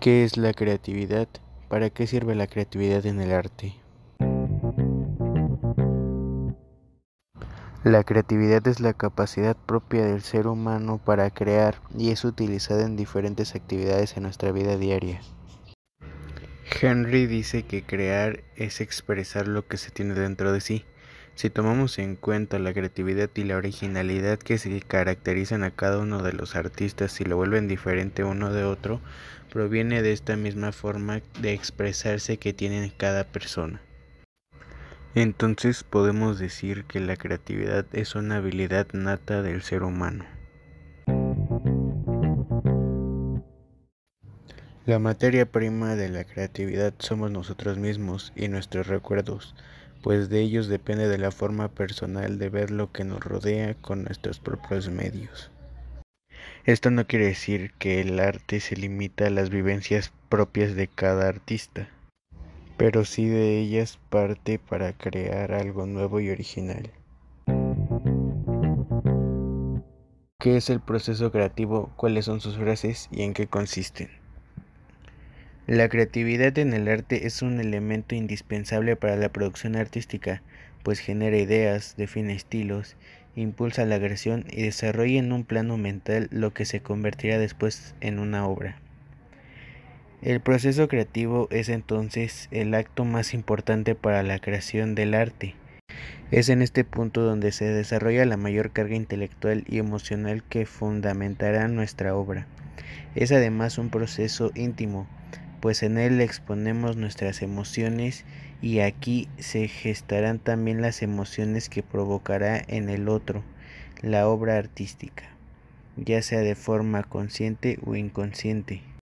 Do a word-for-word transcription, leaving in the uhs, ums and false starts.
¿Qué es la creatividad? ¿Para qué sirve la creatividad en el arte? La creatividad es la capacidad propia del ser humano para crear y es utilizada en diferentes actividades en nuestra vida diaria. Henry dice que crear es expresar lo que se tiene dentro de sí. Si tomamos en cuenta la creatividad y la originalidad que se caracterizan a cada uno de los artistas y lo vuelven diferente uno de otro, proviene de esta misma forma de expresarse que tiene cada persona. Entonces podemos decir que la creatividad es una habilidad nata del ser humano. La materia prima de la creatividad somos nosotros mismos y nuestros recuerdos, pues de ellos depende de la forma personal de ver lo que nos rodea con nuestros propios medios. Esto no quiere decir que el arte se limita a las vivencias propias de cada artista, pero sí de ellas parte para crear algo nuevo y original. ¿Qué es el proceso creativo? ¿Cuáles son sus fases y en qué consisten? La creatividad en el arte es un elemento indispensable para la producción artística, pues genera ideas, define estilos, impulsa la creación y desarrolla en un plano mental lo que se convertirá después en una obra. El proceso creativo es entonces el acto más importante para la creación del arte. Es en este punto donde se desarrolla la mayor carga intelectual y emocional que fundamentará nuestra obra. Es además un proceso íntimo, pues en él exponemos nuestras emociones y aquí se gestarán también las emociones que provocará en el otro la obra artística, ya sea de forma consciente o inconsciente.